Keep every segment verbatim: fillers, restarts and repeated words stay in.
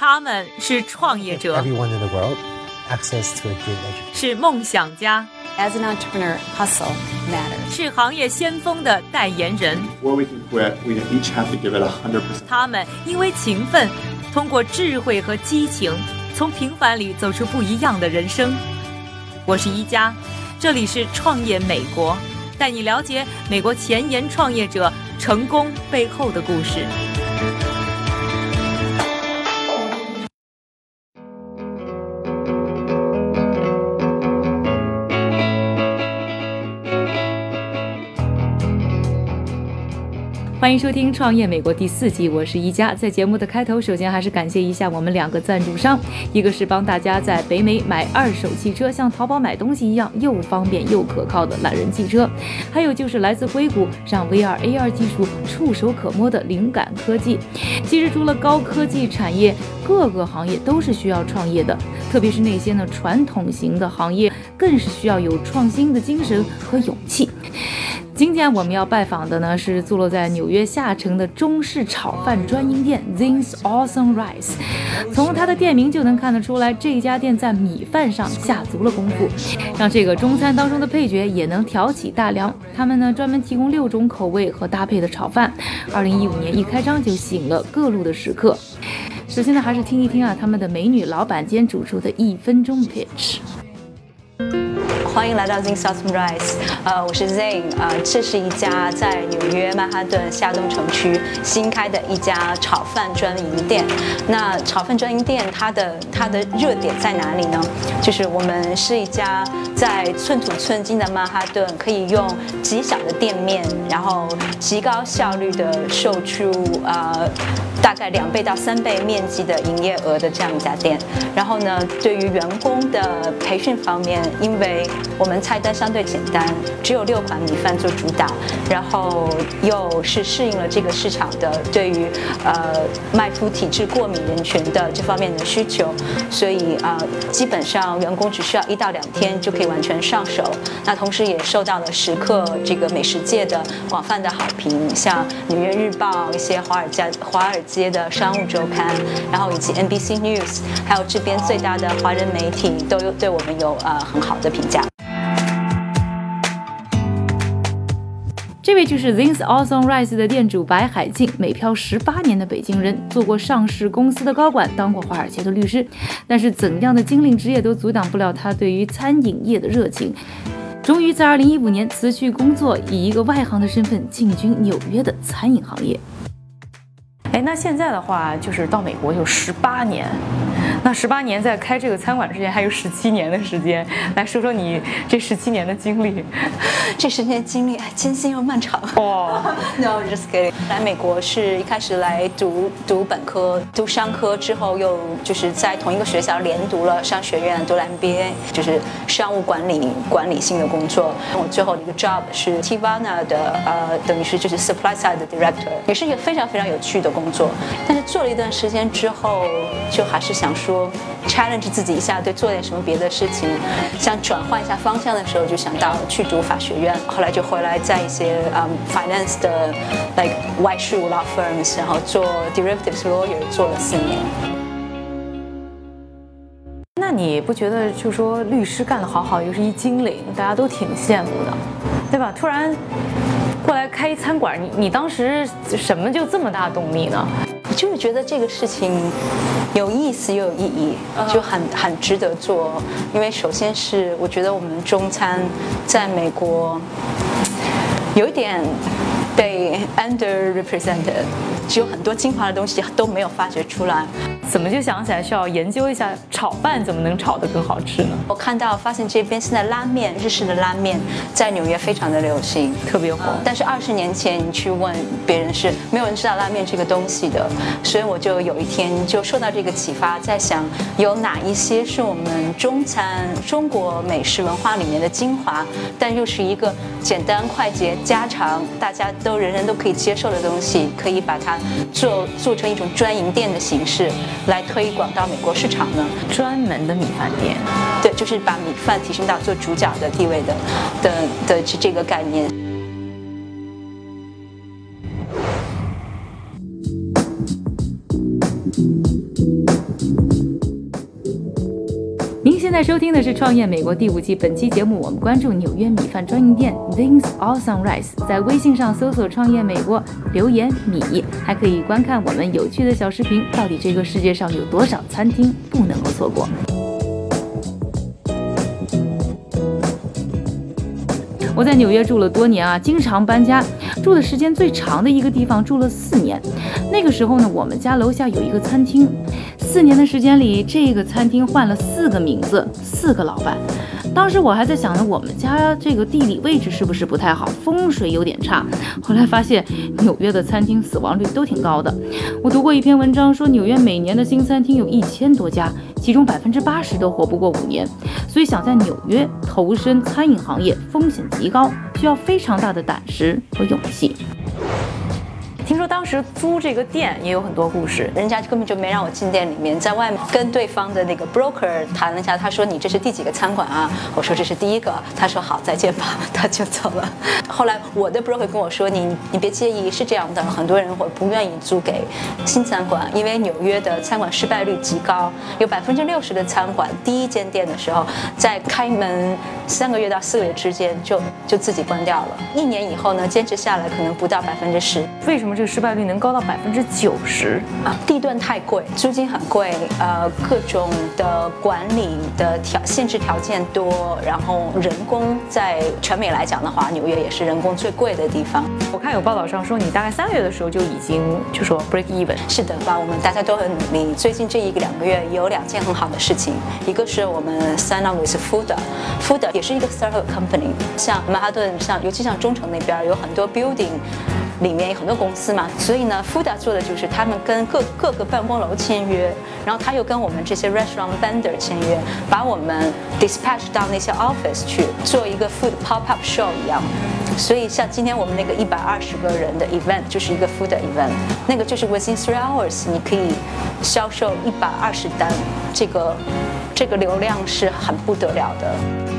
他们是创业者， Everyone in the world access to a good education. 是梦想家， As an entrepreneur, hustle matters. 是行业先锋的代言人。 Before we can quit, we each have to give it one hundred percent. 他们因为勤奋，通过智慧和激情，从平凡里走出不一样的人生。我是一加，这里是创业美国，带你了解美国前沿创业者成功背后的故事。欢迎收听创业美国第四季，我是一加。在节目的开头，首先还是感谢一下我们两个赞助商，一个是帮大家在北美买二手汽车像淘宝买东西一样又方便又可靠的懒人汽车，还有就是来自硅谷让 V R A R 技术触手可摸的灵感科技。其实除了高科技产业，各个行业都是需要创业的，特别是那些呢传统型的行业更是需要有创新的精神和勇气。今天我们要拜访的呢是坐落在纽约下城的中式炒饭专营店 Zing's Awesome Rice。 从它的店名就能看得出来，这家店在米饭上下足了功夫，让这个中餐当中的配角也能挑起大梁。他们呢专门提供六种口味和搭配的炒饭，二零一五年一开张就吸引了各路的食客。首先呢还是听一听啊他们的美女老板兼主厨的一分钟 pitch。 欢迎来到 Zing's Awesome Rice， 呃，我是 Zing， 呃，这是一家在纽约曼哈顿下东城区新开的一家炒饭专营店。那炒饭专营店它的它的热点在哪里呢？就是我们是一家在寸土寸金的曼哈顿，可以用极小的店面，然后极高效率的售出呃大概两倍到三倍面积的营业额的这样一家店。然后呢，对于员工的培训方面，因为我们菜单相对简单，只有六款米饭做主打，然后又是适应了这个市场的对于呃麦麸体质过敏人群的这方面的需求，所以呃基本上员工只需要一到两天就可以完全上手。那同时也受到了食客这个美食界的广泛的好评，像纽约日报、一些华尔街华尔街的商务周刊，然后以及 N B C News， 还有这边最大的华人媒体都有对我们有呃很好的评价。 这位就是 Zing's Awesome Rice 的店主白海静，美漂十八年的北京人，做过上市公司的高管，当过华尔街的律师，但是怎样的经历职业都阻挡不了他对于餐饮业的热情。终于在二零一五年辞去工作，以一个外行的身份进军纽约的餐饮行业。哎，那现在的话，就是到美国有十八年，那十八年在开这个餐馆之前还有十七年的时间，来说说你这十七年的经历。 这十年经历艰辛又漫长。 哦、 oh. ，No just kidding。来美国是一开始来读读本科，读商科之后又就是在同一个学校连读了商学院，读了 M B A， 就是商务管理管理性的工作。我最后的一个 job 是 Tivana 的呃，等于是就是 supply side 的 director， 也是一个非常非常有趣的工作。但是做了一段时间之后，就还是想说 challenge 自己一下，对，做点什么别的事情，想转换一下方向的时候，就想到去读法学院，后来就回来在一些嗯 finance 的 like 外事 law firms， 然后做 derivatives lawyer 做了四年。 那你不觉得就说律师干得好好，又是一精灵，大家都挺羡慕的，对吧？突然过来开一餐馆，你你当时什么就这么大动力呢？ 我就是觉得这个事情有意思又有意义，就很很值得做。因为首先是我觉得我们中餐在美国有一点被 underrepresented， 只有很多精华的东西都没有发掘出来。 怎么就想起来需要研究一下炒饭怎么能炒得更好吃呢？ 我看到发现这边现在拉面，日式的拉面在纽约非常的流行， 特别红。 但是二十年前你去问别人是没有人知道拉面这个东西的，所以我就有一天就受到这个启发，在想有哪一些是我们中餐中国美食文化里面的精华，但又是一个简单快捷家常大家都人人都可以接受的东西，可以把它做做成一种专营店的形式来推广到美国市场呢？ 专门的米饭店， 对，就是把米饭提升到做主角的地位的的的这个概念。 您现在收听的是《创业美国》第五季，本期节目我们关注纽约米饭专营店 Zing's Awesome Rice， 在微信上搜索“创业美国”，留言米，还可以观看我们有趣的小视频。到底这个世界上有多少餐厅不能够错过？我在纽约住了多年啊，经常搬家，住的时间最长的一个地方住了四年。那个时候呢，我们家楼下有一个餐厅，四年的时间里，这个餐厅换了四个名字，四个老板。当时我还在想呢，我们家这个地理位置是不是不太好，风水有点差。后来发现纽约的餐厅死亡率都挺高的。我读过一篇文章说，纽约每年的新餐厅有一千多家，其中百分之八十都活不过五年。所以想在纽约投身餐饮行业，风险极高，需要非常大的胆识和勇气。听说当时租这个店也有很多故事， 人家根本就没让我进店里面，在外面跟对方的那个 broker 谈了一下，他说你这是第几个餐馆啊？我说这是第一个，他说好，再见吧，他就走了。后来我的 broker 跟我说，你你别介意，是这样的，很多人会不愿意租给新餐馆，因为纽约的餐馆失败率极高，有百分之六十的餐馆第一间店的时候，在开门三个月到四个月之间就就自己关掉了，一年以后呢，坚持下来可能不到百分之十。 为什么这个失败率能高到百分之九十啊？地段太贵，租金很贵，呃，各种的管理的条限制条件多，然后人工在全美来讲的话，纽约也是人工最贵的地方。 我看有报道上说，你大概三月的时候就已经就说 break even。 是的吧？我们大家都很努力。最近这一个两个月有两件很好的事情，一个是我们 sign on with Food，Food 也是一个 startup company， 像曼哈顿，像尤其像中城那边有很多 building。里面有很多公司嘛，所以呢 Fuda 做的就是他们跟各各个办公楼签约，然后他又跟我们这些 restaurant vendor 签约，把我们 dispatch 到那些 office 去做一个 food pop-up show 一样。所以像今天我们那个一百二十个人的 event 就是一个 food event， 那个就是 within three hours 你可以销售一百二十单，这个这个流量是很不得了的。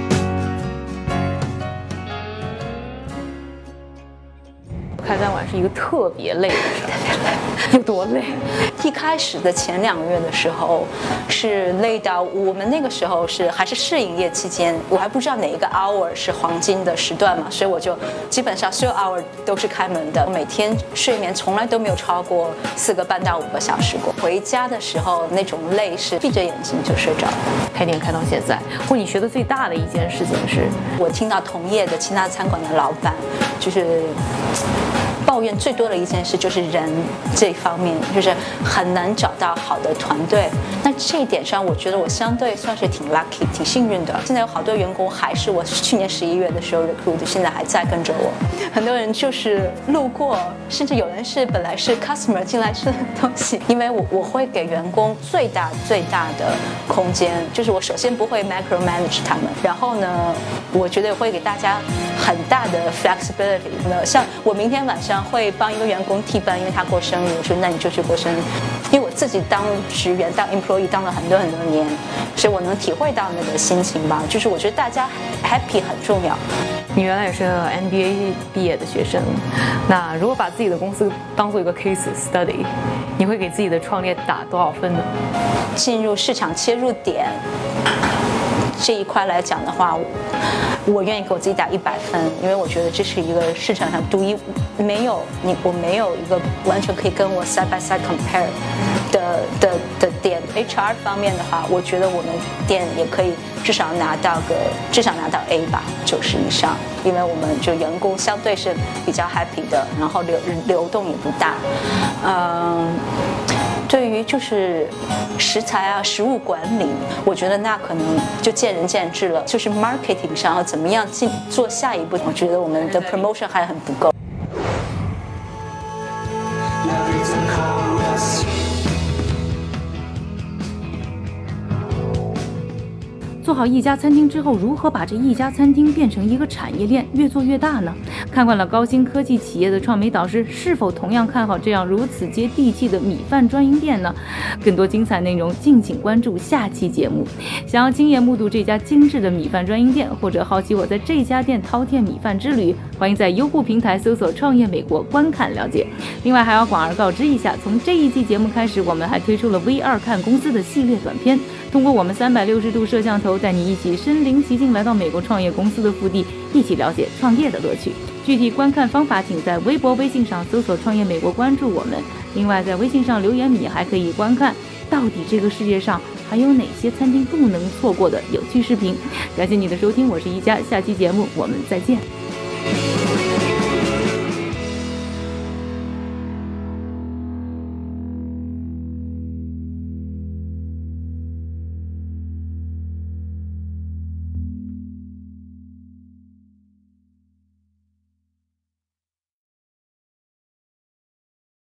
开餐馆是一个特别累的事儿，有多累？ 一开始的前两个月的时候是累到我们那个时候是还是试营业期间，我还不知道哪一个 hour 是黄金的时段嘛，所以我就基本上所有 hour 都是开门的。我每天睡眠从来都没有超过四个半到五个小时过。回家的时候那种累是闭着眼睛就睡着了。 开店开到现在，或你学的最大的一件事情是， 我听到同业的其他餐馆的老板就是抱怨最多的一件事就是人这方面，就是很难找到好的团队。那这一点上，我觉得我相对算是挺 lucky、挺幸运的。现在有好多员工还是我去年十一月的时候 recruit， 现在还在跟着我。很多人就是路过，甚至有人是本来是 customer 进来吃的东西。因为我我会给员工最大最大的空间，就是我首先不会 micro manage 他们，然后呢，我觉得会给大家很大的 flexibility。像我明天晚上会帮一个员工替班，因为他过生日，我说那你就去过生日。因为我自己当职员当 employee 当了很多很多年，所以我能体会到那个心情吧，就是我觉得大家 happy 很重要。 你原来也是 M B A 毕业的学生，那如果把自己的公司当做一个 case study， 你会给自己的创业打多少分呢？ 进入市场切入点这一块来讲的话，我愿意给我自己打一百分，因为我觉得这是一个市场上独一没有你，我没有一个完全可以跟我 side by side compare 的的的点。H R 方面的话，我觉得我们店也可以至少拿到个至少拿到 A 吧，九十以上，因为我们就员工相对是比较 happy 的，然后流流动也不大，嗯。对于就是食材啊、食物管理，我觉得那可能就见仁见智了。就是 marketing 上要怎么样进做下一步，我觉得我们的 promotion 还很不够。做好一家餐厅之后，如何把这一家餐厅变成一个产业链，越做越大呢？ 看惯了高新科技企业的创美导师，是否同样看好这样如此接地气的米饭专营店呢？更多精彩内容敬请关注下期节目。想要亲眼目睹这家精致的米饭专营店，或者好奇我在这家店饕餮米饭之旅，欢迎在优酷平台搜索创业美国观看了解。另外还要广而告知一下，从这一季节目开始，我们还推出了 V 二 看公司的系列短片，通过我们三百六十度摄像头带你一起身临其境来到美国创业公司的腹地，一起了解创业的乐趣。具体观看方法请在微博微信上搜索创业美国关注我们。另外在微信上留言你还可以观看到底这个世界上还有哪些餐厅不能错过的有趣视频。感谢你的收听，我是一加，下期节目我们再见。